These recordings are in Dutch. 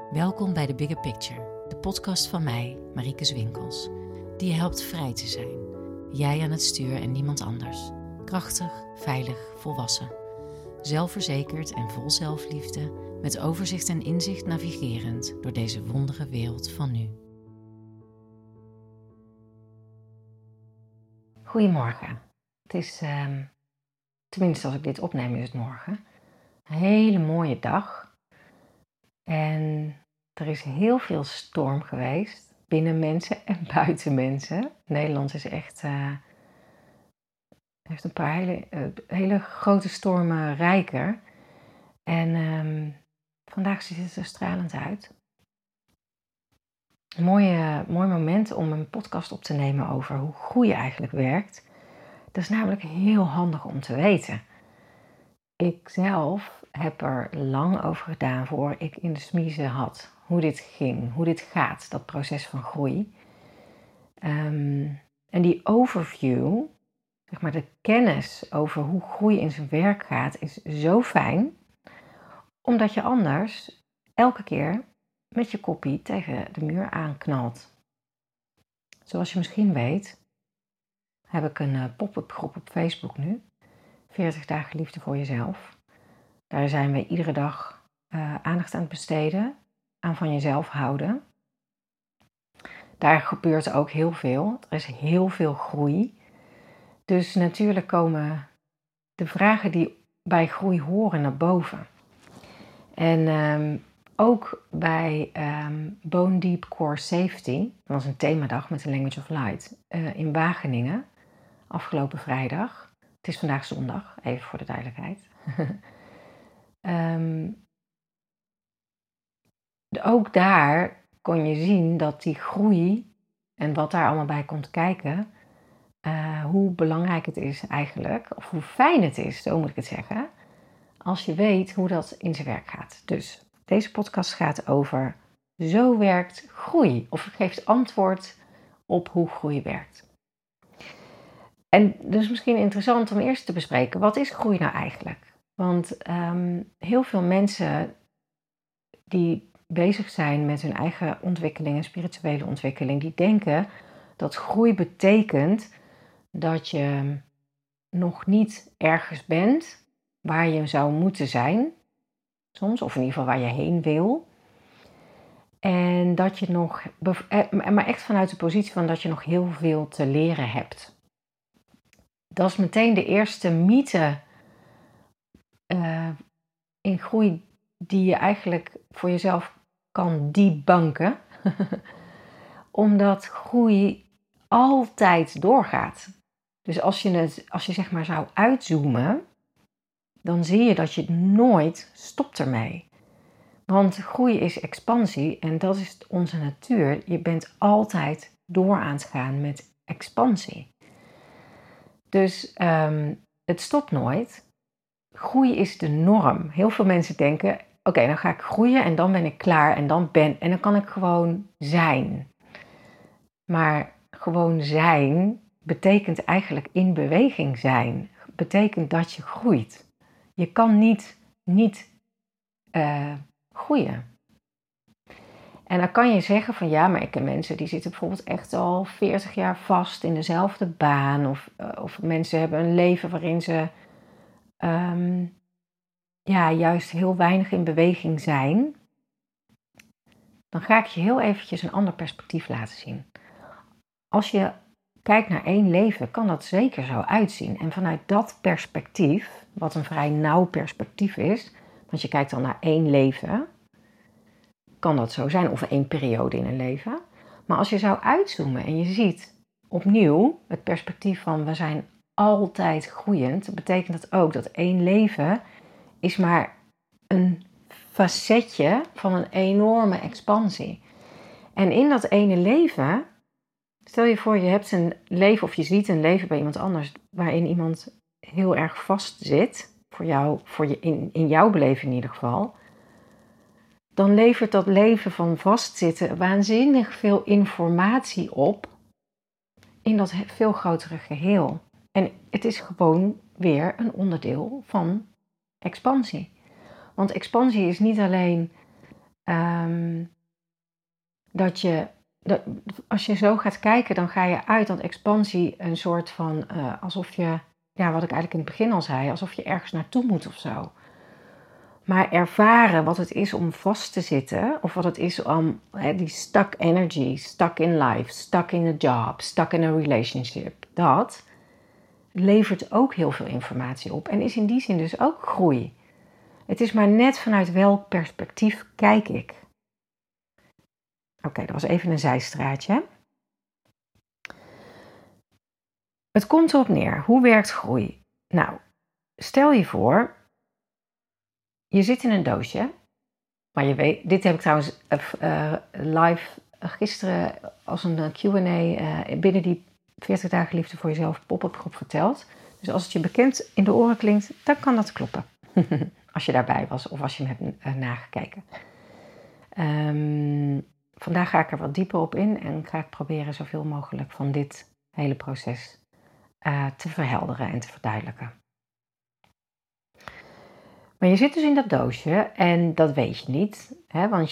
Welkom bij The Bigger Picture, de podcast van mij, Marieke Zwinkels, die je helpt vrij te zijn. Jij aan het stuur en niemand anders. Krachtig, veilig, volwassen. Zelfverzekerd en vol zelfliefde, met overzicht en inzicht navigerend door deze wondere wereld van nu. Goedemorgen. Het is, tenminste als ik dit opneem is het morgen, een hele mooie dag. En er is heel veel storm geweest, binnen mensen en buiten mensen. Nederland is echt, heeft een paar hele grote stormen rijker. En vandaag ziet het er stralend uit. Een mooi moment om een podcast op te nemen over hoe groei eigenlijk werkt. Dat is namelijk heel handig om te weten. Ik zelf heb er lang over gedaan voor ik in de smiezen had. Hoe dit ging, hoe dit gaat, dat proces van groei. En die overview, zeg maar de kennis over hoe groei in zijn werk gaat, is zo fijn. Omdat je anders elke keer met je koppie tegen de muur aanknalt. Zoals je misschien weet, heb ik een pop-up groep op Facebook nu. 40 dagen liefde voor jezelf. Daar zijn we iedere dag aandacht aan het besteden, aan van jezelf houden. Daar gebeurt ook heel veel. Er is heel veel groei. Dus natuurlijk komen de vragen die bij groei horen naar boven. En ook bij Bone Deep Core Safety, dat was een themadag met de Language of Light, in Wageningen, afgelopen vrijdag. Het is vandaag zondag, even voor de duidelijkheid. Ook daar kon je zien dat die groei en wat daar allemaal bij komt kijken, hoe belangrijk het is eigenlijk, of hoe fijn het is, zo moet ik het zeggen, als je weet hoe dat in zijn werk gaat. Dus deze podcast gaat over zo werkt groei, of geeft antwoord op hoe groei werkt. En dus misschien interessant om eerst te bespreken, wat is groei nou eigenlijk? Want heel veel mensen die bezig zijn met hun eigen ontwikkeling en spirituele ontwikkeling, die denken dat groei betekent dat je nog niet ergens bent waar je zou moeten zijn, soms, of in ieder geval waar je heen wil. En dat je nog, maar echt vanuit de positie van dat je nog heel veel te leren hebt. Dat is meteen de eerste mythe in groei die je eigenlijk voor jezelf kan debunken. Omdat groei altijd doorgaat. Dus als je zeg maar zou uitzoomen, dan zie je dat je nooit stopt ermee. Want groei is expansie en dat is onze natuur. Je bent altijd door aan het gaan met expansie. Dus het stopt nooit. Groei is de norm. Heel veel mensen denken, oké, dan ga ik groeien en dan ben ik klaar en dan kan ik gewoon zijn. Maar gewoon zijn betekent eigenlijk in beweging zijn. Betekent dat je groeit. Je kan niet groeien. En dan kan je zeggen van ja, maar ik ken mensen die zitten bijvoorbeeld echt al 40 jaar vast in dezelfde baan. Of mensen hebben een leven waarin ze juist heel weinig in beweging zijn. Dan ga ik je heel eventjes een ander perspectief laten zien. Als je kijkt naar één leven, kan dat zeker zo uitzien. En vanuit dat perspectief, wat een vrij nauw perspectief is, want je kijkt dan naar één leven, kan dat zo zijn, of één periode in een leven. Maar als je zou uitzoomen en je ziet opnieuw het perspectief van we zijn altijd groeiend, betekent dat ook dat één leven is maar een facetje van een enorme expansie. En in dat ene leven, stel je voor je hebt een leven of je ziet een leven bij iemand anders waarin iemand heel erg vast zit, in jouw beleving in ieder geval, dan levert dat leven van vastzitten waanzinnig veel informatie op in dat veel grotere geheel. En het is gewoon weer een onderdeel van expansie. Want expansie is niet alleen dat als je zo gaat kijken, dan ga je uit dat expansie een soort van, alsof je, ja, wat ik eigenlijk in het begin al zei, alsof je ergens naartoe moet of zo. Maar ervaren wat het is om vast te zitten, of wat het is om die stuck energy, stuck in life, stuck in a job, stuck in a relationship, dat levert ook heel veel informatie op en is in die zin dus ook groei. Het is maar net vanuit welk perspectief kijk ik. Oké, dat was even een zijstraatje. Het komt erop neer. Hoe werkt groei? Nou, stel je voor, je zit in een doosje. Maar je weet, dit heb ik trouwens live gisteren als een Q&A binnen die 40 dagen liefde voor jezelf pop-up groep verteld. Dus als het je bekend in de oren klinkt, dan kan dat kloppen. Als je daarbij was of als je hem hebt nagekeken. Vandaag ga ik er wat dieper op in en ga ik proberen zoveel mogelijk van dit hele proces te verhelderen en te verduidelijken. Maar je zit dus in dat doosje en dat weet je niet. Hè, want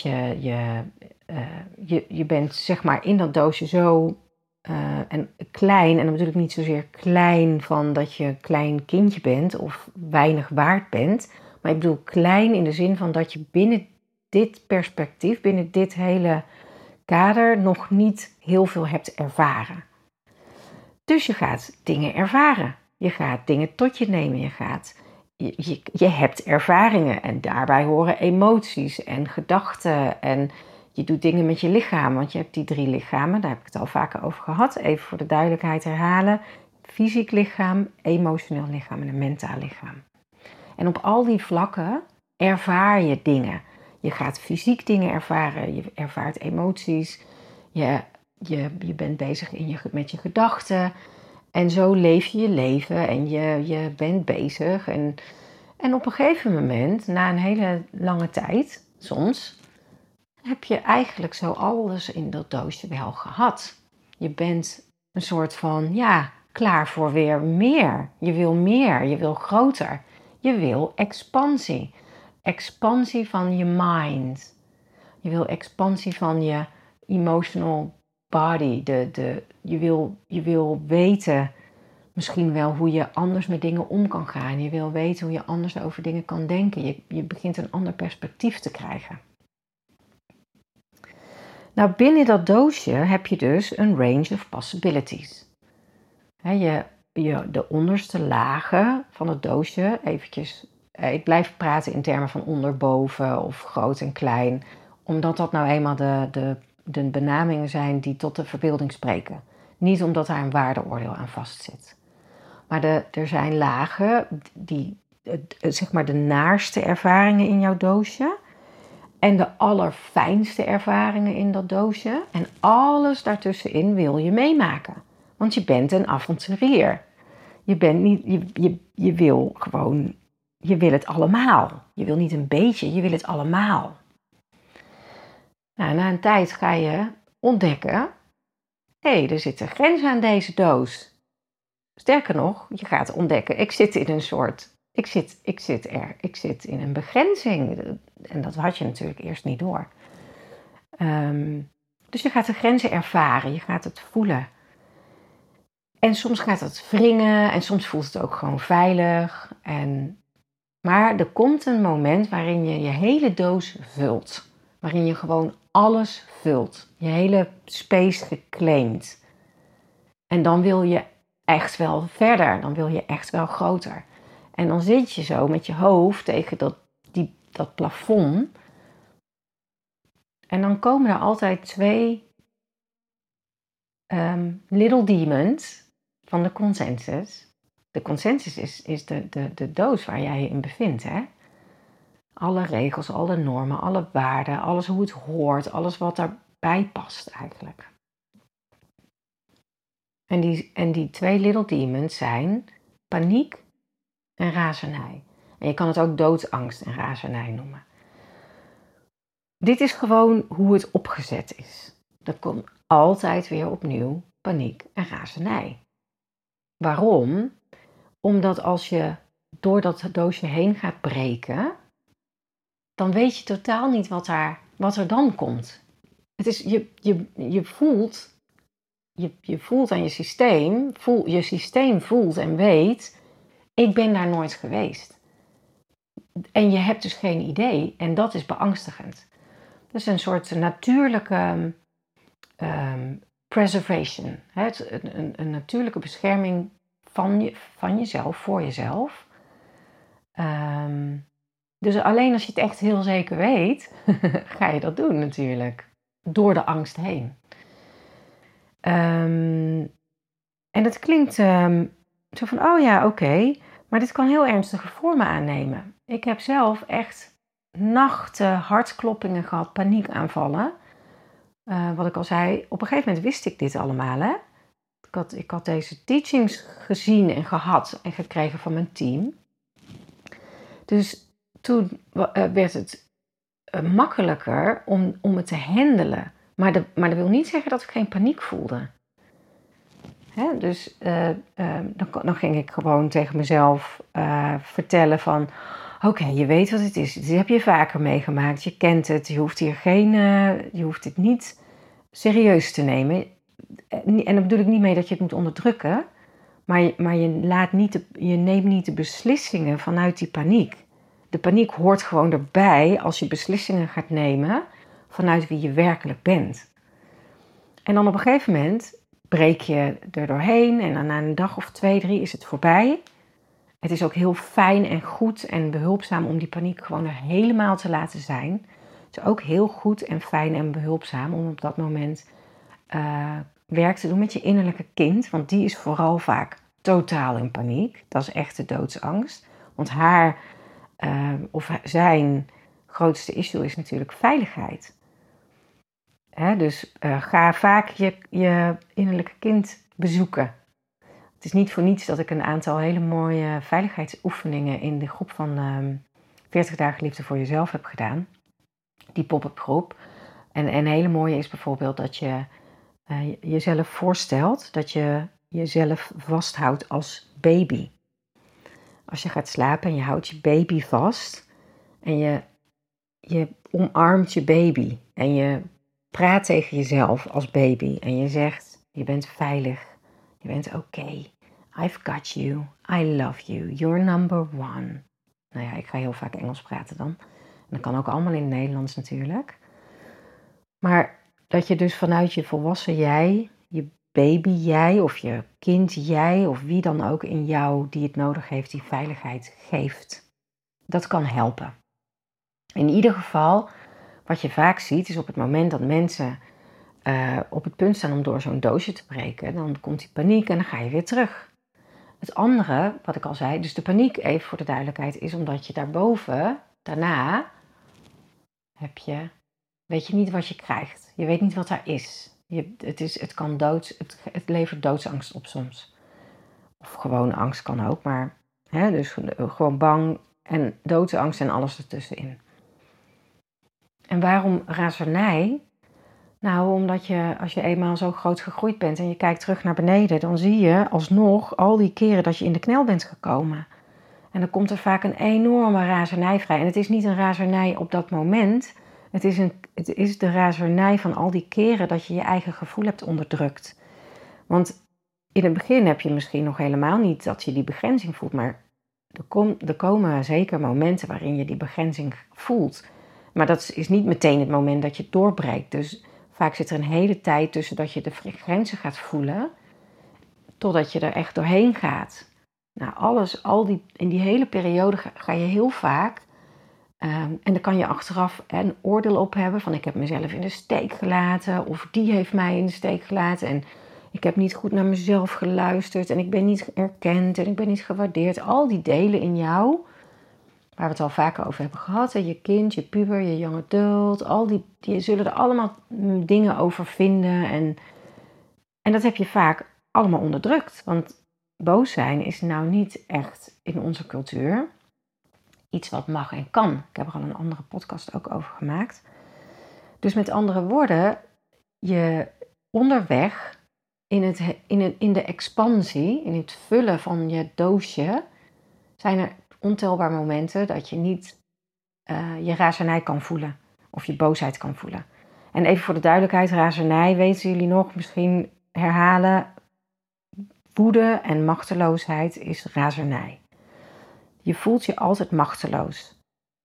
je bent zeg maar in dat doosje zo en klein. En dan bedoel ik niet zozeer klein van dat je een klein kindje bent of weinig waard bent. Maar ik bedoel klein in de zin van dat je binnen dit perspectief, binnen dit hele kader nog niet heel veel hebt ervaren. Dus je gaat dingen ervaren. Je gaat dingen tot je nemen. Je hebt ervaringen en daarbij horen emoties en gedachten. En je doet dingen met je lichaam, want je hebt die 3 lichamen. Daar heb ik het al vaker over gehad. Even voor de duidelijkheid herhalen. Fysiek lichaam, emotioneel lichaam en een mentaal lichaam. En op al die vlakken ervaar je dingen. Je gaat fysiek dingen ervaren. Je ervaart emoties. Je bent bezig met je gedachten. En zo leef je je leven en je bent bezig. En op een gegeven moment, na een hele lange tijd, soms, heb je eigenlijk zo alles in dat doosje wel gehad. Je bent een soort van, klaar voor weer meer. Je wil groter. Je wil expansie. Expansie van je mind. Je wil expansie van je emotional body. Je wil weten misschien wel hoe je anders met dingen om kan gaan. Je wil weten hoe je anders over dingen kan denken. Je begint een ander perspectief te krijgen. Nou, binnen dat doosje heb je dus een range of possibilities. De onderste lagen van het doosje, eventjes, ik blijf praten in termen van onderboven of groot en klein, omdat dat nou eenmaal de benamingen zijn die tot de verbeelding spreken. Niet omdat daar een waardeoordeel aan vastzit. Maar er zijn lagen, zeg maar de naarste ervaringen in jouw doosje. En de allerfijnste ervaringen in dat doosje. En alles daartussenin wil je meemaken. Want je bent een avonturier. Je wil gewoon, je wil het allemaal. Je wil niet een beetje, je wil het allemaal. Nou, na een tijd ga je ontdekken, er zitten grenzen aan deze doos. Sterker nog, je gaat ontdekken, ik zit in een begrenzing. En dat had je natuurlijk eerst niet door. Dus je gaat de grenzen ervaren, je gaat het voelen. En soms gaat het wringen en soms voelt het ook gewoon veilig. Maar er komt een moment waarin je je hele doos vult. Waarin je gewoon alles vult. Je hele space geclaimd. En dan wil je echt wel verder. Dan wil je echt wel groter. En dan zit je zo met je hoofd tegen dat plafond. En dan komen er altijd 2 little demons van de consensus. De consensus is de doos waar jij je in bevindt. Hè? Alle regels, alle normen, alle waarden, alles hoe het hoort, alles wat daarbij past eigenlijk. En die 2 little demons zijn paniek en razernij. En je kan het ook doodsangst en razernij noemen. Dit is gewoon hoe het opgezet is. Er komt altijd weer opnieuw paniek en razernij. Waarom? Omdat als je door dat doosje heen gaat breken, dan weet je totaal niet wat daar wat er dan komt. Het is, je voelt aan je systeem, je systeem voelt en weet, ik ben daar nooit geweest. En je hebt dus geen idee en dat is beangstigend. Dat is een soort natuurlijke preservation. Een natuurlijke bescherming van jezelf, voor jezelf. Dus alleen als je het echt heel zeker weet, ga je dat doen natuurlijk. Door de angst heen. En dat klinkt zo van, oh ja, oké. Maar dit kan heel ernstige vormen aannemen. Ik heb zelf echt nachten hartkloppingen gehad, paniekaanvallen. Wat ik al zei, op een gegeven moment wist ik dit allemaal. Hè? Ik had deze teachings gezien en gehad en gekregen van mijn team. Dus toen werd het makkelijker om het te handelen. Maar dat wil niet zeggen dat ik geen paniek voelde. Hè? Dus dan ging ik gewoon tegen mezelf vertellen van... Oké, je weet wat het is. Dit heb je vaker meegemaakt. Je kent het. Je hoeft het niet serieus te nemen. En daar bedoel ik niet mee dat je het moet onderdrukken. Maar je neemt niet de beslissingen vanuit die paniek. De paniek hoort gewoon erbij als je beslissingen gaat nemen vanuit wie je werkelijk bent. En dan op een gegeven moment breek je er doorheen en na een dag of 2, 3 is het voorbij. Het is ook heel fijn en goed en behulpzaam om die paniek gewoon er helemaal te laten zijn. Het is ook heel goed en fijn en behulpzaam om op dat moment werk te doen met je innerlijke kind. Want die is vooral vaak totaal in paniek. Dat is echt de doodsangst. Want zijn grootste issue is natuurlijk veiligheid. Dus ga vaak je innerlijke kind bezoeken. Het is niet voor niets dat ik een aantal hele mooie veiligheidsoefeningen in de groep van 40 dagen liefde voor jezelf heb gedaan. Die pop-up groep. En een hele mooie is bijvoorbeeld dat je jezelf voorstelt dat je jezelf vasthoudt als baby. Als je gaat slapen en je houdt je baby vast en je omarmt je baby en je praat tegen jezelf als baby en je zegt, je bent veilig, je bent oké. I've got you, I love you, you're number one. Nou ja, ik ga heel vaak Engels praten dan. En dat kan ook allemaal in het Nederlands natuurlijk. Maar dat je dus vanuit je volwassen jij, je baby jij of je kind jij of wie dan ook in jou die het nodig heeft, die veiligheid geeft. Dat kan helpen. In ieder geval, wat je vaak ziet is op het moment dat mensen op het punt staan om door zo'n doosje te breken, dan komt die paniek en dan ga je weer terug. Het andere, wat ik al zei, dus de paniek, even voor de duidelijkheid, is omdat je daarboven, daarna, weet je niet wat je krijgt. Je weet niet wat daar is. Het levert doodsangst op soms. Of gewoon angst kan ook, maar dus gewoon bang en doodsangst en alles ertussenin. En waarom razernij? Nou, omdat als je eenmaal zo groot gegroeid bent en je kijkt terug naar beneden, dan zie je alsnog al die keren dat je in de knel bent gekomen. En dan komt er vaak een enorme razernij vrij. En het is niet een razernij op dat moment. Het is de razernij van al die keren dat je je eigen gevoel hebt onderdrukt. Want in het begin heb je misschien nog helemaal niet dat je die begrenzing voelt. Maar er komen zeker momenten waarin je die begrenzing voelt. Maar dat is niet meteen het moment dat je het doorbreekt. Dus vaak zit er een hele tijd tussen dat je de grenzen gaat voelen, totdat je er echt doorheen gaat. Nou, in die hele periode ga je heel vaak, en dan kan je achteraf een oordeel op hebben van ik heb mezelf in de steek gelaten, of die heeft mij in de steek gelaten en ik heb niet goed naar mezelf geluisterd en ik ben niet erkend en ik ben niet gewaardeerd. Al die delen in jou, waar we het al vaker over hebben gehad, je kind, je puber, je young adult, die zullen er allemaal dingen over vinden en dat heb je vaak allemaal onderdrukt. Want boos zijn is nou niet echt in onze cultuur iets wat mag en kan. Ik heb er al een andere podcast ook over gemaakt. Dus met andere woorden, je onderweg in de expansie, in het vullen van je doosje, zijn er ontelbaar momenten dat je niet je razernij kan voelen. Of je boosheid kan voelen. En even voor de duidelijkheid, razernij, weten jullie nog, misschien herhalen. Woede en machteloosheid is razernij. Je voelt je altijd machteloos.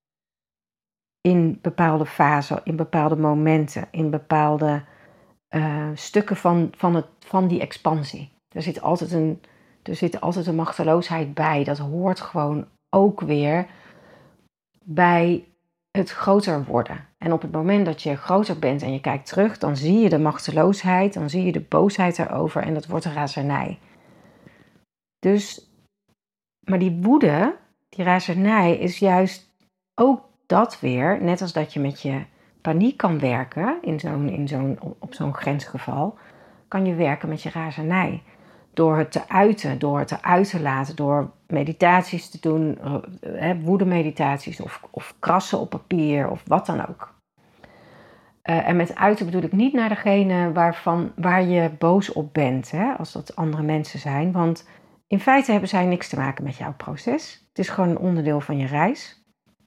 In bepaalde fasen, in bepaalde momenten, in bepaalde stukken van die expansie. Er zit altijd een machteloosheid bij. Dat hoort gewoon ook weer bij het groter worden. En op het moment dat je groter bent en je kijkt terug, dan zie je de machteloosheid, dan zie je de boosheid erover en dat wordt razernij. Dus, maar die woede, die razernij is juist ook dat weer, net als dat je met je paniek kan werken op zo'n grensgeval, kan je werken met je razernij. Door het te uiten, door het te uit te laten, door meditaties te doen, woedemeditaties of krassen op papier of wat dan ook. En met uiten bedoel ik niet naar degene waar je boos op bent, als dat andere mensen zijn. Want in feite hebben zij niks te maken met jouw proces. Het is gewoon een onderdeel van je reis.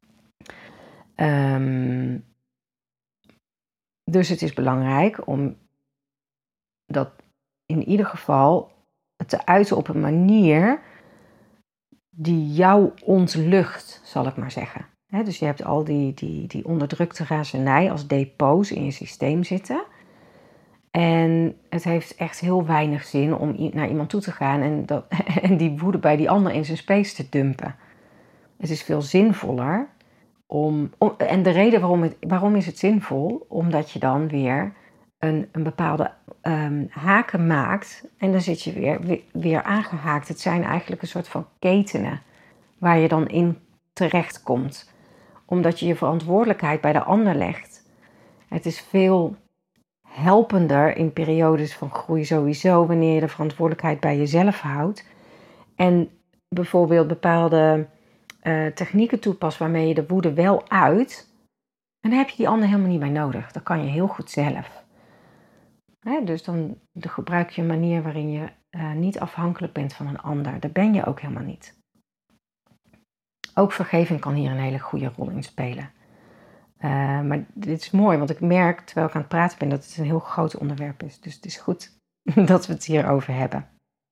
Dus het is belangrijk om dat in ieder geval te uiten op een manier die jou ontlucht, zal ik maar zeggen. Dus je hebt al die onderdrukte razernij als depots in je systeem zitten. En het heeft echt heel weinig zin om naar iemand toe te gaan en die woede bij die ander in zijn space te dumpen. Het is veel zinvoller en de reden waarom is het zinvol? Omdat je dan weer een bepaalde haken maakt en dan zit je weer aangehaakt. Het zijn eigenlijk een soort van ketenen waar je dan in terecht komt. Omdat je je verantwoordelijkheid bij de ander legt. Het is veel helpender in periodes van groei sowieso, wanneer je de verantwoordelijkheid bij jezelf houdt. En bijvoorbeeld bepaalde technieken toepast waarmee je de woede wel uit. En dan heb je die ander helemaal niet bij nodig. Dat kan je heel goed zelf. Dus dan gebruik je een manier waarin je niet afhankelijk bent van een ander. Daar ben je ook helemaal niet. Ook vergeving kan hier een hele goede rol in spelen. Maar dit is mooi, want ik merk terwijl ik aan het praten ben dat het een heel groot onderwerp is. Dus het is goed dat we het hierover hebben.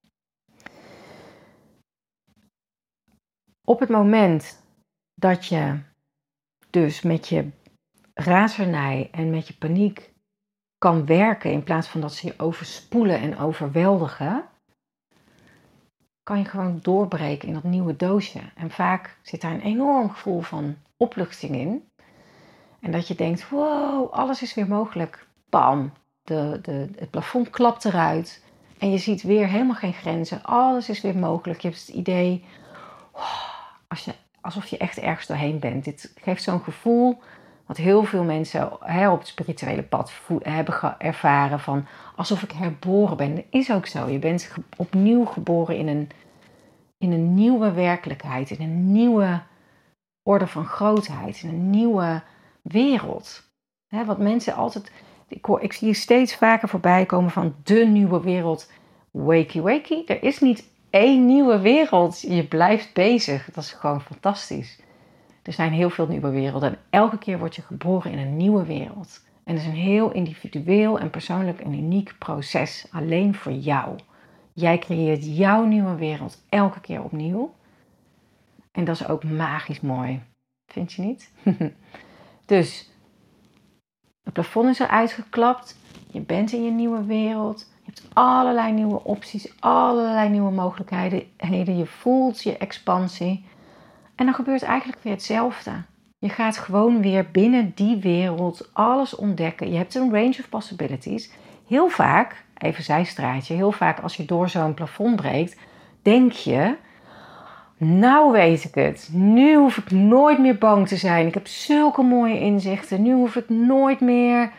Op het moment dat je dus met je razernij en met je paniek kan werken in plaats van dat ze je overspoelen en overweldigen, kan je gewoon doorbreken in dat nieuwe doosje. En vaak zit daar een enorm gevoel van opluchting in. En dat je denkt, wow, alles is weer mogelijk. Bam, het plafond klapt eruit. En je ziet weer helemaal geen grenzen. Alles is weer mogelijk. Je hebt het idee, alsof je echt ergens doorheen bent. Dit geeft zo'n gevoel wat heel veel mensen op het spirituele pad hebben ervaren van alsof ik herboren ben. Dat is ook zo. Je bent opnieuw geboren in een nieuwe werkelijkheid. In een nieuwe orde van grootheid. In een nieuwe wereld. Wat mensen altijd... Ik zie steeds vaker voorbij komen van de nieuwe wereld. Wakey, wakey. Er is niet één nieuwe wereld. Je blijft bezig. Dat is gewoon fantastisch. Er zijn heel veel nieuwe werelden. En elke keer word je geboren in een nieuwe wereld. En het is een heel individueel en persoonlijk en uniek proces. Alleen voor jou. Jij creëert jouw nieuwe wereld elke keer opnieuw. En dat is ook magisch mooi. Vind je niet? Dus, het plafond is eruit geklapt. Je bent in je nieuwe wereld. Je hebt allerlei nieuwe opties, allerlei nieuwe mogelijkheden. Je voelt je expansie. En dan gebeurt eigenlijk weer hetzelfde. Je gaat gewoon weer binnen die wereld alles ontdekken. Je hebt een range of possibilities. Heel vaak, even zijstraatje, heel vaak als je door zo'n plafond breekt, denk je, nou weet ik het. Nu hoef ik nooit meer bang te zijn. Ik heb zulke mooie inzichten. Nu hoef ik nooit meer,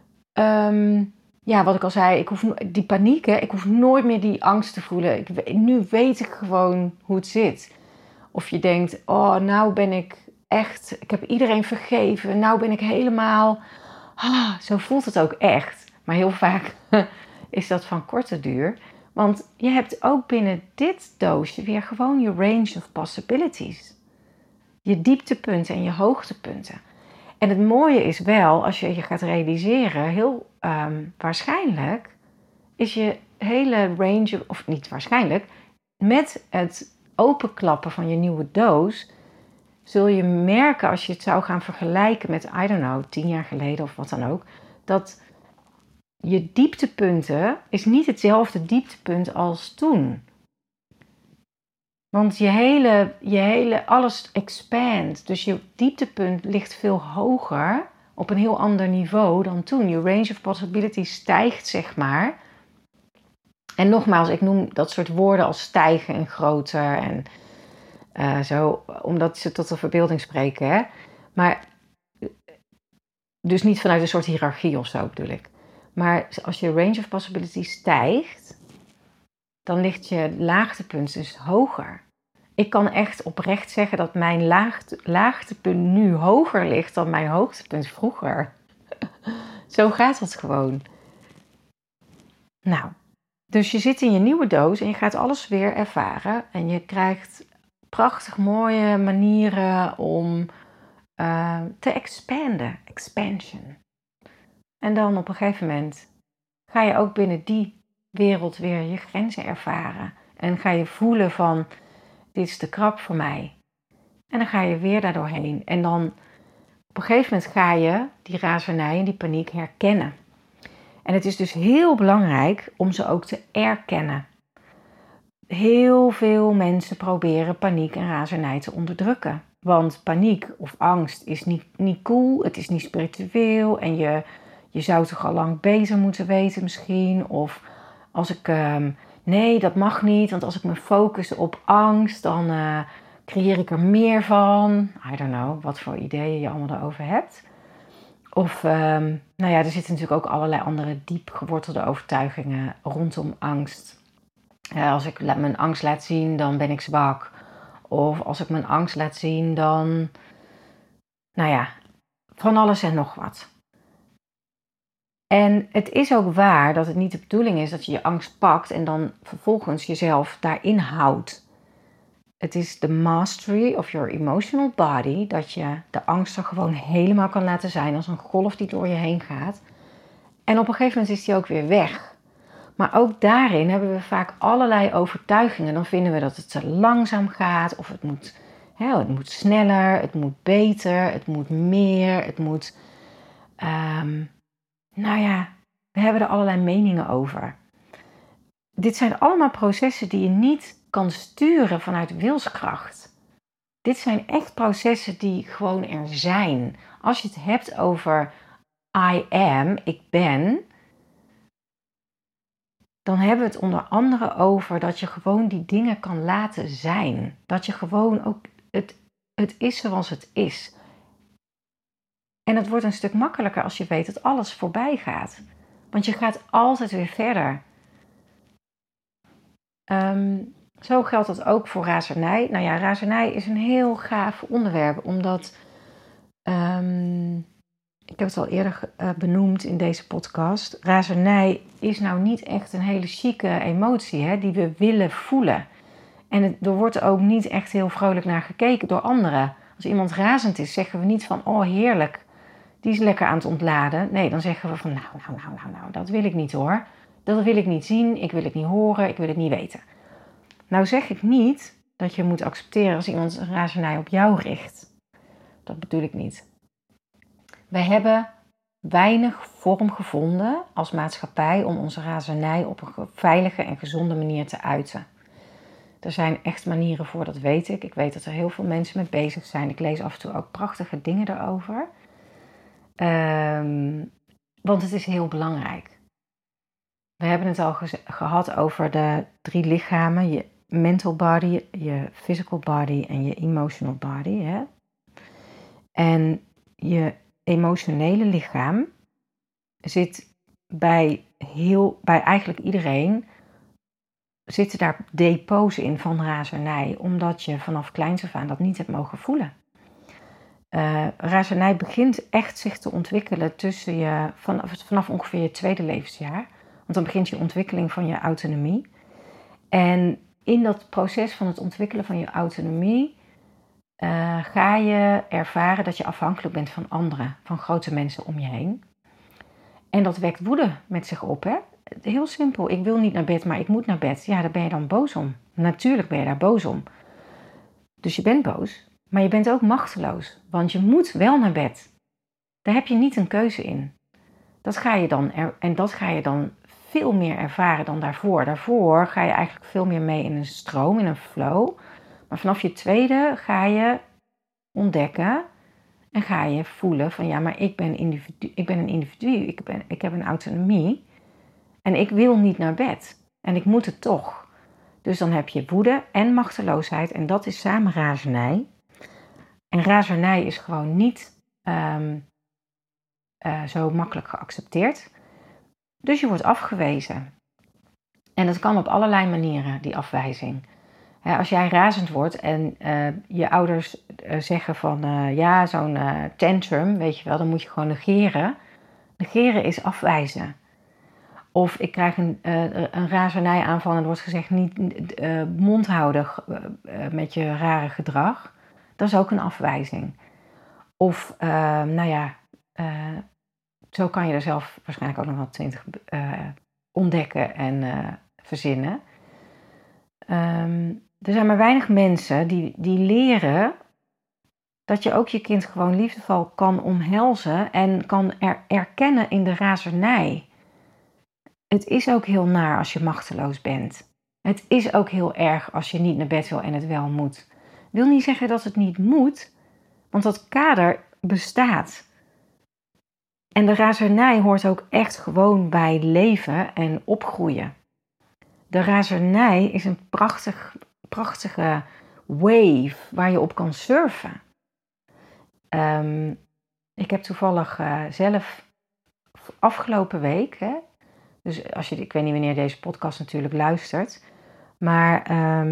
wat ik al zei, ik hoef die paniek, ik hoef nooit meer die angst te voelen. Nu weet ik gewoon hoe het zit. Of je denkt, oh, nou ben ik echt, ik heb iedereen vergeven. Nou ben ik helemaal, zo voelt het ook echt. Maar heel vaak is dat van korte duur. Want je hebt ook binnen dit doosje weer gewoon je range of possibilities. Je dieptepunten en je hoogtepunten. En het mooie is wel, als je je gaat realiseren, heel waarschijnlijk is je hele range, of niet waarschijnlijk, met het openklappen van je nieuwe doos, zul je merken als je het zou gaan vergelijken met, 10 jaar geleden of wat dan ook, dat je dieptepunten is niet hetzelfde dieptepunt als toen. Want je hele alles expand. Dus je dieptepunt ligt veel hoger, op een heel ander niveau dan toen. Je range of possibility stijgt, zeg maar. En nogmaals, ik noem dat soort woorden als stijgen en groter en zo, omdat ze tot de verbeelding spreken. Hè? Maar dus niet vanuit een soort hiërarchie of zo bedoel ik. Maar als je range of possibility stijgt, dan ligt je laagtepunt dus hoger. Ik kan echt oprecht zeggen dat mijn laagtepunt nu hoger ligt dan mijn hoogtepunt vroeger. Zo gaat dat gewoon. Nou, dus je zit in je nieuwe doos en je gaat alles weer ervaren. En je krijgt prachtig mooie manieren om te expanden. Expansion. En dan op een gegeven moment ga je ook binnen die wereld weer je grenzen ervaren. En ga je voelen van, dit is te krap voor mij. En dan ga je weer daardoorheen. En dan op een gegeven moment ga je die razernij en die paniek herkennen. En het is dus heel belangrijk om ze ook te erkennen. Heel veel mensen proberen paniek en razernij te onderdrukken. Want paniek of angst is niet cool, het is niet spiritueel. En je zou toch al lang beter moeten weten misschien. Of als ik, nee dat mag niet, want als ik me focus op angst, dan creëer ik er meer van. I don't know, wat voor ideeën je allemaal daarover hebt. Of, er zitten natuurlijk ook allerlei andere diep gewortelde overtuigingen rondom angst. Als ik mijn angst laat zien, dan ben ik zwak. Of als ik mijn angst laat zien, dan, van alles en nog wat. En het is ook waar dat het niet de bedoeling is dat je je angst pakt en dan vervolgens jezelf daarin houdt. Het is de mastery of your emotional body, dat je de angst er gewoon helemaal kan laten zijn als een golf die door je heen gaat. En op een gegeven moment is die ook weer weg. Maar ook daarin hebben we vaak allerlei overtuigingen. Dan vinden we dat het te langzaam gaat, of het moet sneller, het moet beter, het moet meer, het moet... we hebben er allerlei meningen over. Dit zijn allemaal processen die je niet kan sturen vanuit wilskracht. Dit zijn echt processen die gewoon er zijn. Als je het hebt over I am, ik ben, dan hebben we het onder andere over dat je gewoon die dingen kan laten zijn. Dat je gewoon ook, het is zoals het is. En het wordt een stuk makkelijker als je weet dat alles voorbij gaat. Want je gaat altijd weer verder. Zo geldt dat ook voor razernij. Nou ja, razernij is een heel gaaf onderwerp. Omdat, ik heb het al eerder benoemd in deze podcast. Razernij is nou niet echt een hele chique emotie, hè, die we willen voelen. En er wordt ook niet echt heel vrolijk naar gekeken door anderen. Als iemand razend is, zeggen we niet van, oh heerlijk, die is lekker aan het ontladen. Nee, dan zeggen we van, nou, dat wil ik niet hoor. Dat wil ik niet zien, ik wil het niet horen, ik wil het niet weten. Nou zeg ik niet dat je moet accepteren als iemand een razernij op jou richt. Dat bedoel ik niet. We hebben weinig vorm gevonden als maatschappij om onze razernij op een veilige en gezonde manier te uiten. Er zijn echt manieren voor, dat weet ik. Ik weet dat er heel veel mensen mee bezig zijn. Ik lees af en toe ook prachtige dingen daarover. Want het is heel belangrijk. We hebben het al gehad over de 3 lichamen. Je mental body, je physical body en je emotional body. Hè? En je emotionele lichaam zit bij eigenlijk iedereen, zitten daar depots in van razernij. Omdat je vanaf kleins af aan dat niet hebt mogen voelen. Razernij begint echt zich te ontwikkelen vanaf ongeveer je 2e levensjaar. Want dan begint je ontwikkeling van je autonomie. En in dat proces van het ontwikkelen van je autonomie ga je ervaren dat je afhankelijk bent van anderen, van grote mensen om je heen. En dat wekt woede met zich op, hè? Heel simpel, ik wil niet naar bed, maar ik moet naar bed. Ja, daar ben je dan boos om. Natuurlijk ben je daar boos om. Dus je bent boos, maar je bent ook machteloos. Want je moet wel naar bed. Daar heb je niet een keuze in. Dat ga je dan veel meer ervaren dan daarvoor. Daarvoor ga je eigenlijk veel meer mee in een stroom, in een flow. Maar vanaf je tweede ga je ontdekken en ga je voelen van ja, maar ik ben een individu. Ik heb een autonomie en ik wil niet naar bed. En ik moet het toch. Dus dan heb je woede en machteloosheid en dat is samen razernij. En razernij is gewoon niet zo makkelijk geaccepteerd. Dus je wordt afgewezen. En dat kan op allerlei manieren, die afwijzing. Als jij razend wordt en je ouders zeggen van ja, zo'n tantrum, weet je wel, dan moet je gewoon negeren. Negeren is afwijzen. Of ik krijg een razernijaanval en er wordt gezegd niet mond houden met je rare gedrag. Dat is ook een afwijzing. Of zo kan je er zelf waarschijnlijk ook nog wel 20 ontdekken en verzinnen. Er zijn maar weinig mensen die leren dat je ook je kind gewoon liefdevol kan omhelzen en kan erkennen in de razernij. Het is ook heel naar als je machteloos bent. Het is ook heel erg als je niet naar bed wil en het wel moet. Ik wil niet zeggen dat het niet moet, want dat kader bestaat. En de razernij hoort ook echt gewoon bij leven en opgroeien. De razernij is een prachtige wave waar je op kan surfen. Ik heb toevallig zelf afgelopen week, dus ik weet niet wanneer deze podcast natuurlijk luistert, maar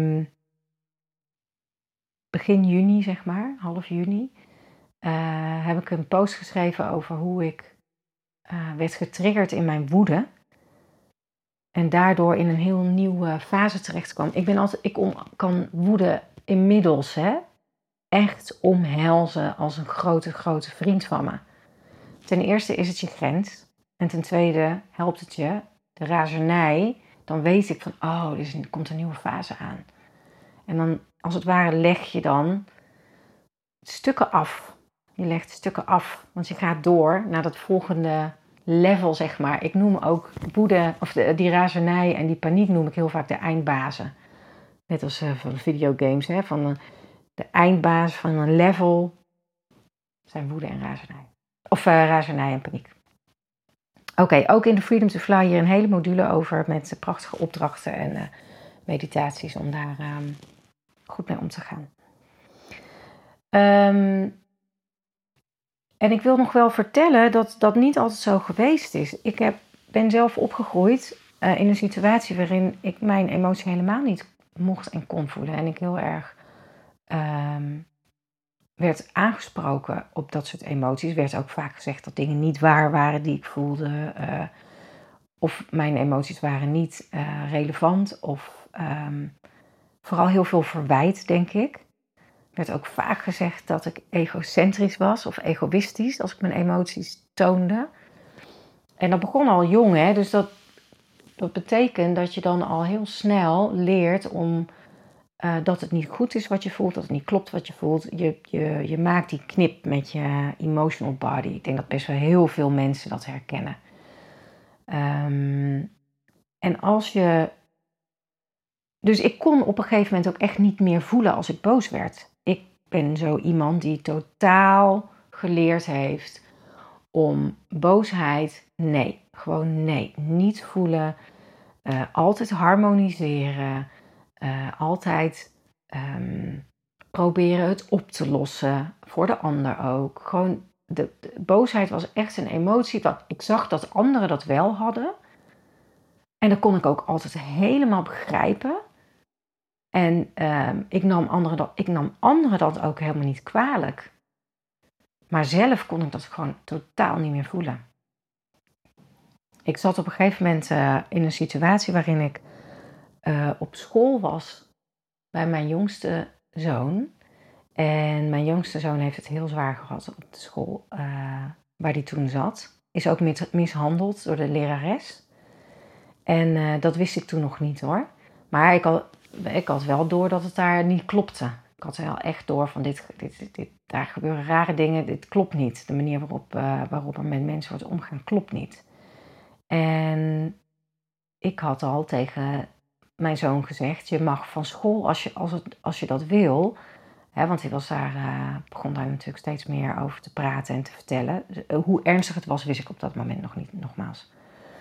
begin juni, zeg maar, half juni, heb ik een post geschreven over hoe ik werd getriggerd in mijn woede. En daardoor in een heel nieuwe fase terecht kwam. Ik kan woede inmiddels echt omhelzen als een grote vriend van me. Ten eerste is het je grens. En ten tweede helpt het je, de razernij. Dan weet ik van, er komt een nieuwe fase aan. En dan, als het ware, leg je dan stukken af. Je legt stukken af, want je gaat door naar dat volgende level, zeg maar. Ik noem ook woede, of die razernij en die paniek noem ik heel vaak de eindbazen. Net als van videogames, van de eindbaas van een level zijn woede en razernij. Of razernij en paniek. Oké, ook in de Freedom to Fly hier een hele module over met prachtige opdrachten en meditaties om daar goed mee om te gaan. En ik wil nog wel vertellen dat dat niet altijd zo geweest is. Ik ben zelf opgegroeid in een situatie waarin ik mijn emotie helemaal niet mocht en kon voelen. En ik heel erg werd aangesproken op dat soort emoties. Werd ook vaak gezegd dat dingen niet waar waren die ik voelde. Of mijn emoties waren niet relevant. Of vooral heel veel verwijt, denk ik. Er werd ook vaak gezegd dat ik egocentrisch was of egoïstisch als ik mijn emoties toonde. En dat begon al jong, dus dat betekent dat je dan al heel snel leert om dat het niet goed is wat je voelt, dat het niet klopt wat je voelt. Je maakt die knip met je emotional body. Ik denk dat best wel heel veel mensen dat herkennen. En als je... Dus ik kon op een gegeven moment ook echt niet meer voelen als ik boos werd. Ik ben zo iemand die totaal geleerd heeft om boosheid, nee, niet voelen. Altijd harmoniseren. Altijd proberen het op te lossen. Voor de ander ook. Gewoon, de boosheid was echt een emotie. Ik zag dat anderen dat wel hadden. En dat kon ik ook altijd helemaal begrijpen. En ik nam anderen dat ook helemaal niet kwalijk. Maar zelf kon ik dat gewoon totaal niet meer voelen. Ik zat op een gegeven moment in een situatie waarin ik op school was bij mijn jongste zoon. En mijn jongste zoon heeft het heel zwaar gehad op de school waar hij toen zat. Is ook mishandeld door de lerares. En dat wist ik toen nog niet hoor. Maar ik had wel door dat het daar niet klopte. Ik had wel echt door van daar gebeuren rare dingen. Dit klopt niet. De manier waarop er met mensen wordt omgegaan klopt niet. En ik had al tegen mijn zoon gezegd, je mag van school als je dat wil. Hè, want hij begon daar natuurlijk steeds meer over te praten en te vertellen. Hoe ernstig het was, wist ik op dat moment nog niet, nogmaals.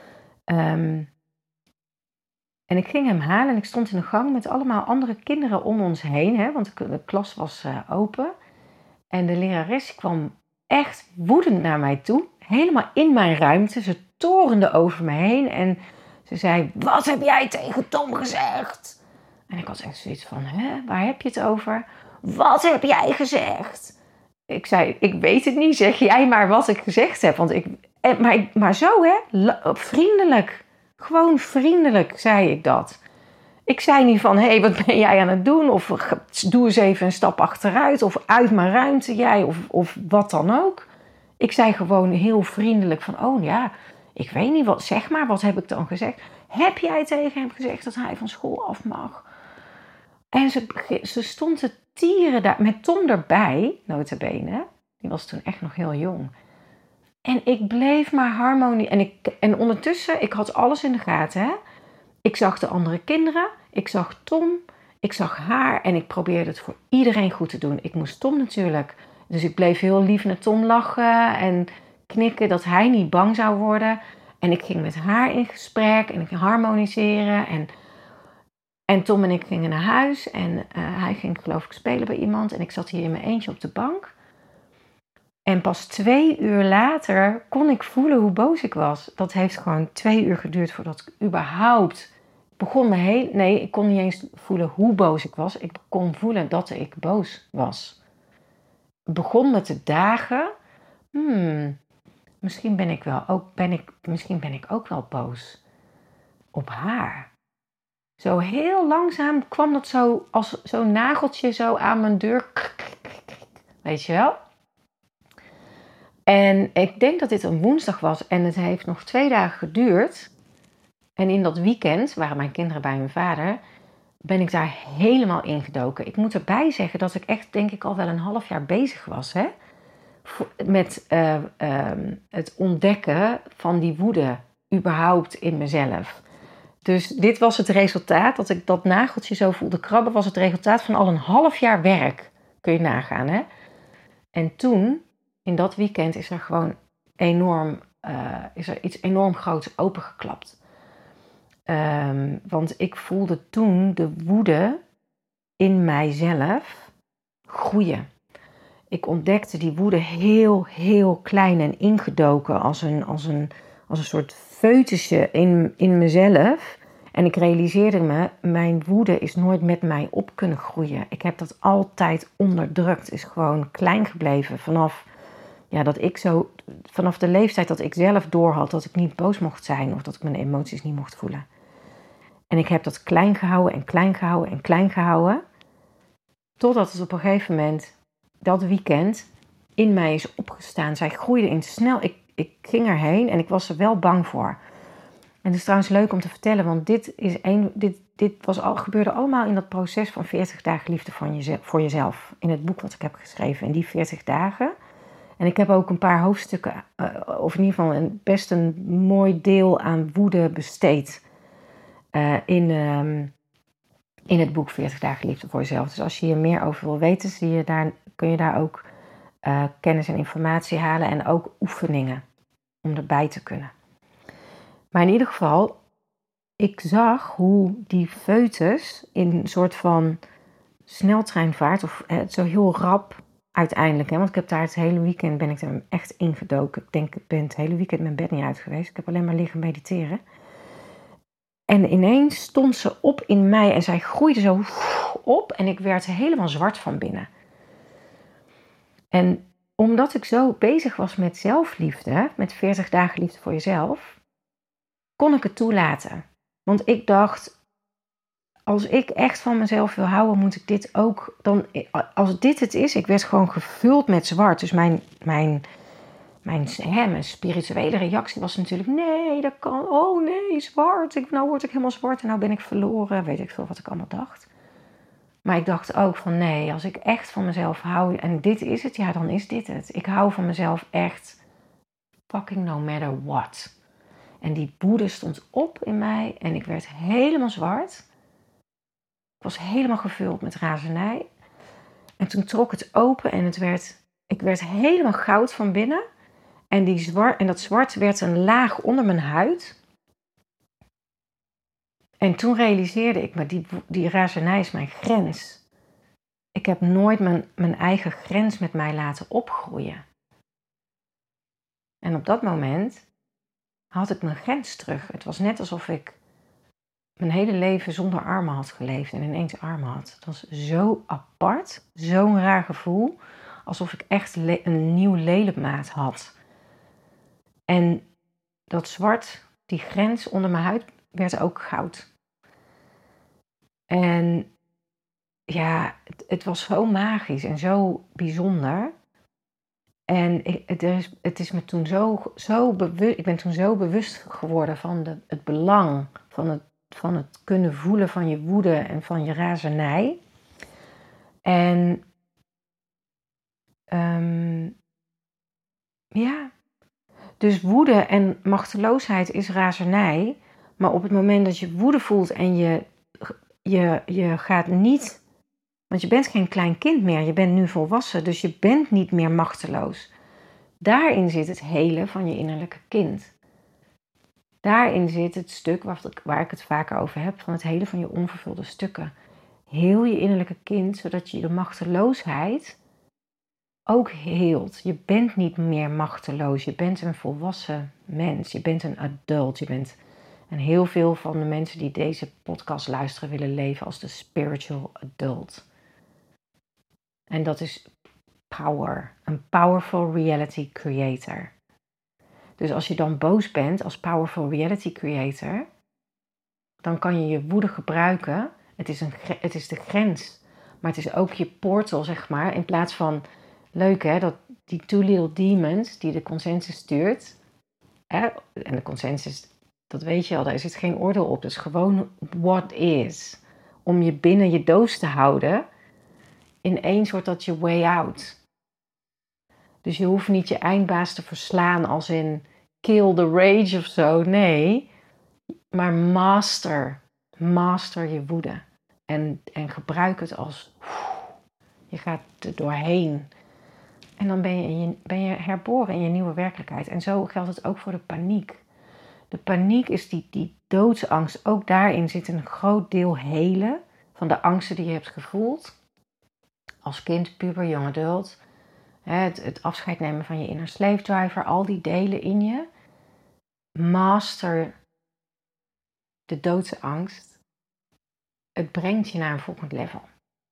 En ik ging hem halen en ik stond in de gang met allemaal andere kinderen om ons heen. Hè, want de klas was open. En de lerares kwam echt woedend naar mij toe. Helemaal in mijn ruimte. Ze torende over me heen. En ze zei, wat heb jij tegen Tom gezegd? En ik had echt zoiets van, waar heb je het over? Wat heb jij gezegd? Ik zei, ik weet het niet. Zeg jij maar wat ik gezegd heb. Maar zo vriendelijk. Gewoon vriendelijk zei ik dat. Ik zei niet van, hé, wat ben jij aan het doen? Of doe eens even een stap achteruit. Of uit mijn ruimte jij. Of wat dan ook. Ik zei gewoon heel vriendelijk van, oh ja, ik weet niet wat. Zeg maar, wat heb ik dan gezegd? Heb jij tegen hem gezegd dat hij van school af mag? En ze stond te tieren daar, met Tom erbij, nota bene. Die was toen echt nog heel jong. En ik bleef maar harmonie. En ondertussen, ik had alles in de gaten. Hè? Ik zag de andere kinderen. Ik zag Tom. Ik zag haar. En ik probeerde het voor iedereen goed te doen. Ik moest Tom natuurlijk. Dus ik bleef heel lief naar Tom lachen. En knikken dat hij niet bang zou worden. En ik ging met haar in gesprek. En ik ging harmoniseren. En Tom en ik gingen naar huis. En hij ging geloof ik spelen bij iemand. En ik zat hier in mijn eentje op de bank. En pas 2 uur later kon ik voelen hoe boos ik was. Dat heeft gewoon 2 uur geduurd voordat ik überhaupt Nee, ik kon niet eens voelen hoe boos ik was. Ik kon voelen dat ik boos was. Het begon met de dagen. Misschien ben ik ook wel boos op haar. Zo heel langzaam kwam dat zo als zo'n nageltje zo aan mijn deur. Weet je wel? En ik denk dat dit een woensdag was en het heeft nog 2 dagen geduurd. En in dat weekend waren mijn kinderen bij mijn vader, ben ik daar helemaal ingedoken. Ik moet erbij zeggen dat ik echt, denk ik, al wel een half jaar bezig was. Hè? Met het ontdekken van die woede überhaupt in mezelf. Dus dit was het resultaat, dat ik dat nageltje zo voelde krabben, was het resultaat van al een half jaar werk. Kun je nagaan, hè? En toen, in dat weekend, is er gewoon iets enorm groots opengeklapt. Want ik voelde toen de woede in mijzelf groeien. Ik ontdekte die woede heel, heel klein en ingedoken als een soort foetusje in mezelf. En ik realiseerde me, mijn woede is nooit met mij op kunnen groeien. Ik heb dat altijd onderdrukt. Het is gewoon klein gebleven vanaf de leeftijd dat ik zelf doorhad dat ik niet boos mocht zijn of dat ik mijn emoties niet mocht voelen. En ik heb dat klein gehouden en klein gehouden en klein gehouden. Totdat het op een gegeven moment, dat weekend, in mij is opgestaan. Zij groeide in snel. Ik ging erheen en ik was er wel bang voor. En het is trouwens leuk om te vertellen, want dit gebeurde allemaal in dat proces van 40 dagen liefde voor jezelf. In het boek wat ik heb geschreven, in die 40 dagen. En ik heb ook een paar hoofdstukken, of in ieder geval best een mooi deel aan woede besteed. In het boek 40 dagen liefde voor jezelf. Dus als je hier meer over wil weten, kun je daar ook kennis en informatie halen en ook oefeningen om erbij te kunnen. Maar in ieder geval, ik zag hoe die foetus in een soort van sneltreinvaart, of zo heel rap uiteindelijk, want ik heb daar het hele weekend, ben ik er echt ingedoken. Ik denk, ik ben het hele weekend mijn bed niet uit geweest. Ik heb alleen maar liggen mediteren. En ineens stond ze op in mij en zij groeide zo op en ik werd helemaal zwart van binnen. En omdat ik zo bezig was met zelfliefde, met 40 dagen liefde voor jezelf, kon ik het toelaten. Want ik dacht, als ik echt van mezelf wil houden, moet ik dit ook dan. Als dit het is, ik werd gewoon gevuld met zwart. Dus mijn spirituele reactie was natuurlijk: nee, dat kan. Oh nee, zwart. Nou word ik helemaal zwart en nou ben ik verloren. Weet ik veel wat ik allemaal dacht. Maar ik dacht ook van nee, als ik echt van mezelf hou en dit is het, ja, dan is dit het. Ik hou van mezelf echt fucking no matter what. En die woede stond op in mij en ik werd helemaal zwart. Ik was helemaal gevuld met razernij. En toen trok het open en ik werd helemaal goud van binnen. En dat zwart werd een laag onder mijn huid. En toen realiseerde ik me, die razernij is mijn grens. Ik heb nooit mijn eigen grens met mij laten opgroeien. En op dat moment had ik mijn grens terug. Het was net alsof ik mijn hele leven zonder armen had geleefd en ineens armen had. Het was zo apart, zo'n raar gevoel. Alsof ik echt een nieuw ledemaat had. En dat zwart, die grens onder mijn huid, werd ook goud. En ja, het was zo magisch en zo bijzonder. En het is me toen zo bewust. Ik ben toen zo bewust geworden van het belang van het kunnen voelen van je woede en van je razernij. En ja, dus woede en machteloosheid is razernij. Maar op het moment dat je woede voelt en je gaat niet. Want je bent geen klein kind meer, je bent nu volwassen, dus je bent niet meer machteloos. Daarin zit het helen van je innerlijke kind. Daarin zit het stuk waar ik het vaker over heb, van het helen van je onvervulde stukken. Heel je innerlijke kind, zodat je de machteloosheid ook heelt. Je bent niet meer machteloos, je bent een volwassen mens, je bent een adult, en heel veel van de mensen die deze podcast luisteren willen leven als de spiritual adult. En dat is power, een powerful reality creator. Dus als je dan boos bent als powerful reality creator, dan kan je je woede gebruiken. Het is de grens, maar het is ook je portal, zeg maar. In plaats van, leuk hè, dat die two little demons die de consensus stuurt. Hè, en de consensus, dat weet je al, daar zit geen oordeel op. Dat is gewoon what is. Om je binnen je doos te houden. Ineens wordt dat je way out. Dus je hoeft niet je eindbaas te verslaan als in kill the rage of zo. Nee, maar master je woede. En gebruik het als, je gaat er doorheen. En dan ben je herboren in je nieuwe werkelijkheid. En zo geldt het ook voor de paniek. De paniek is die doodsangst. Ook daarin zit een groot deel helen van de angsten die je hebt gevoeld. Als kind, puber, young adult. Het afscheid nemen van je inner slave driver. Al die delen in je. Master de doodsangst. Het brengt je naar een volgend level.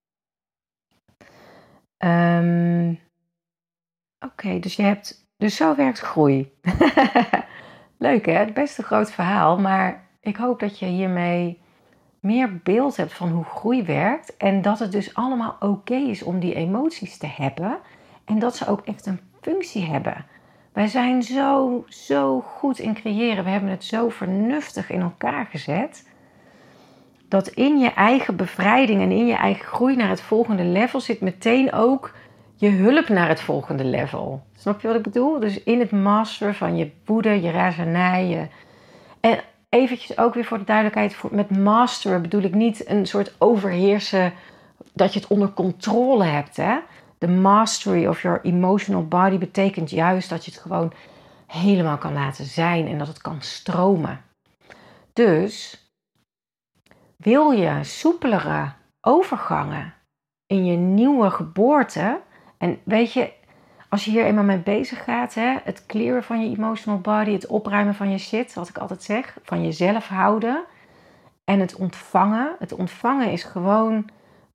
Oké, dus zo werkt groei. Leuk hè, het best een groot verhaal. Maar ik hoop dat je hiermee meer beeld hebt van hoe groei werkt. En dat het dus allemaal oké is om die emoties te hebben. En dat ze ook echt een functie hebben. Wij zijn zo goed in creëren. We hebben het zo vernuftig in elkaar gezet. Dat in je eigen bevrijding en in je eigen groei naar het volgende level zit meteen ook je hulp naar het volgende level. Snap je wat ik bedoel? Dus in het masteren van je woede, je razernij. En eventjes ook weer voor de duidelijkheid. Met masteren bedoel ik niet een soort overheersen. Dat je het onder controle hebt. Hè? De mastery of your emotional body betekent juist dat je het gewoon helemaal kan laten zijn. En dat het kan stromen. Dus wil je soepelere overgangen in je nieuwe geboorte. En weet je, als je hier eenmaal mee bezig gaat, hè, het clearen van je emotional body, het opruimen van je shit, wat ik altijd zeg, van jezelf houden. En het ontvangen. Het ontvangen is gewoon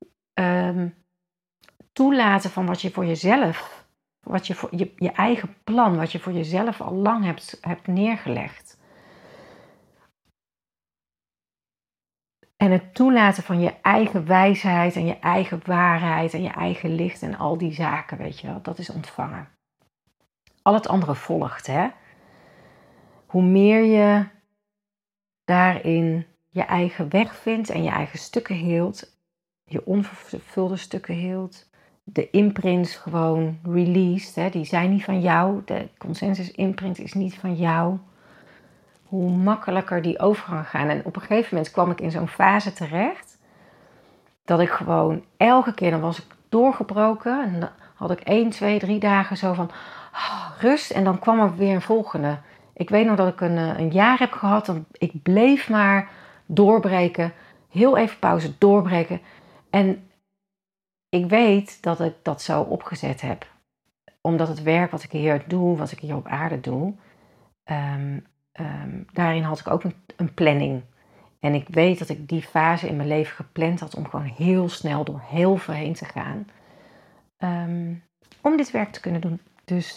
toelaten van wat je voor jezelf, wat je voor je eigen plan, wat je voor jezelf al lang hebt neergelegd. En het toelaten van je eigen wijsheid en je eigen waarheid en je eigen licht en al die zaken, weet je wel, dat is ontvangen. Al het andere volgt, hè. Hoe meer je daarin je eigen weg vindt en je eigen stukken heelt, je onvervulde stukken heelt, de imprints gewoon released, hè, die zijn niet van jou, de consensus imprint is niet van jou, hoe makkelijker die overgang gaan. En op een gegeven moment kwam ik in zo'n fase terecht dat ik gewoon elke keer, dan was ik doorgebroken en dan had ik 1, 2, 3 dagen zo van rust en dan kwam er weer een volgende. Ik weet nog dat ik een jaar heb gehad, ik bleef maar doorbreken, heel even pauze, doorbreken. En ik weet dat ik dat zo opgezet heb. Omdat het werk wat ik hier doe, wat ik hier op aarde doe, daarin had ik ook een planning. En ik weet dat ik die fase in mijn leven gepland had om gewoon heel snel door heel veel heen te gaan. Om dit werk te kunnen doen. Dus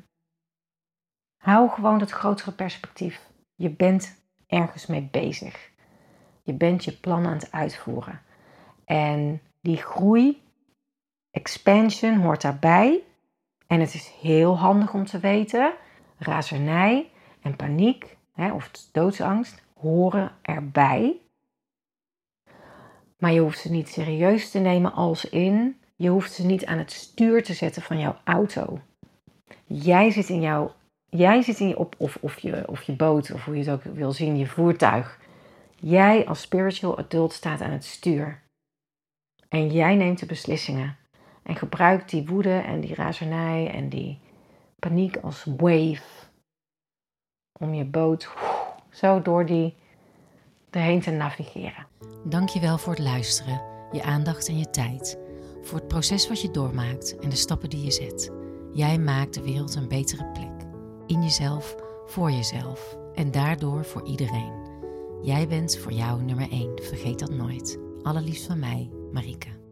hou gewoon het grotere perspectief. Je bent ergens mee bezig. Je bent je plan aan het uitvoeren. En die groei, expansion hoort daarbij. En het is heel handig om te weten. Razernij en paniek, of doodsangst, horen erbij. Maar je hoeft ze niet serieus te nemen als in. Je hoeft ze niet aan het stuur te zetten van jouw auto. Jij zit in je of je boot, of hoe je het ook wil zien, je voertuig. Jij als spiritual adult staat aan het stuur. En jij neemt de beslissingen. En gebruikt die woede en die razernij en die paniek als wave. Om je boot zo door die erheen te navigeren. Dankjewel voor het luisteren, je aandacht en je tijd. Voor het proces wat je doormaakt en de stappen die je zet. Jij maakt de wereld een betere plek. In jezelf, voor jezelf en daardoor voor iedereen. Jij bent voor jou nummer 1, vergeet dat nooit. Allerliefst van mij, Marieke.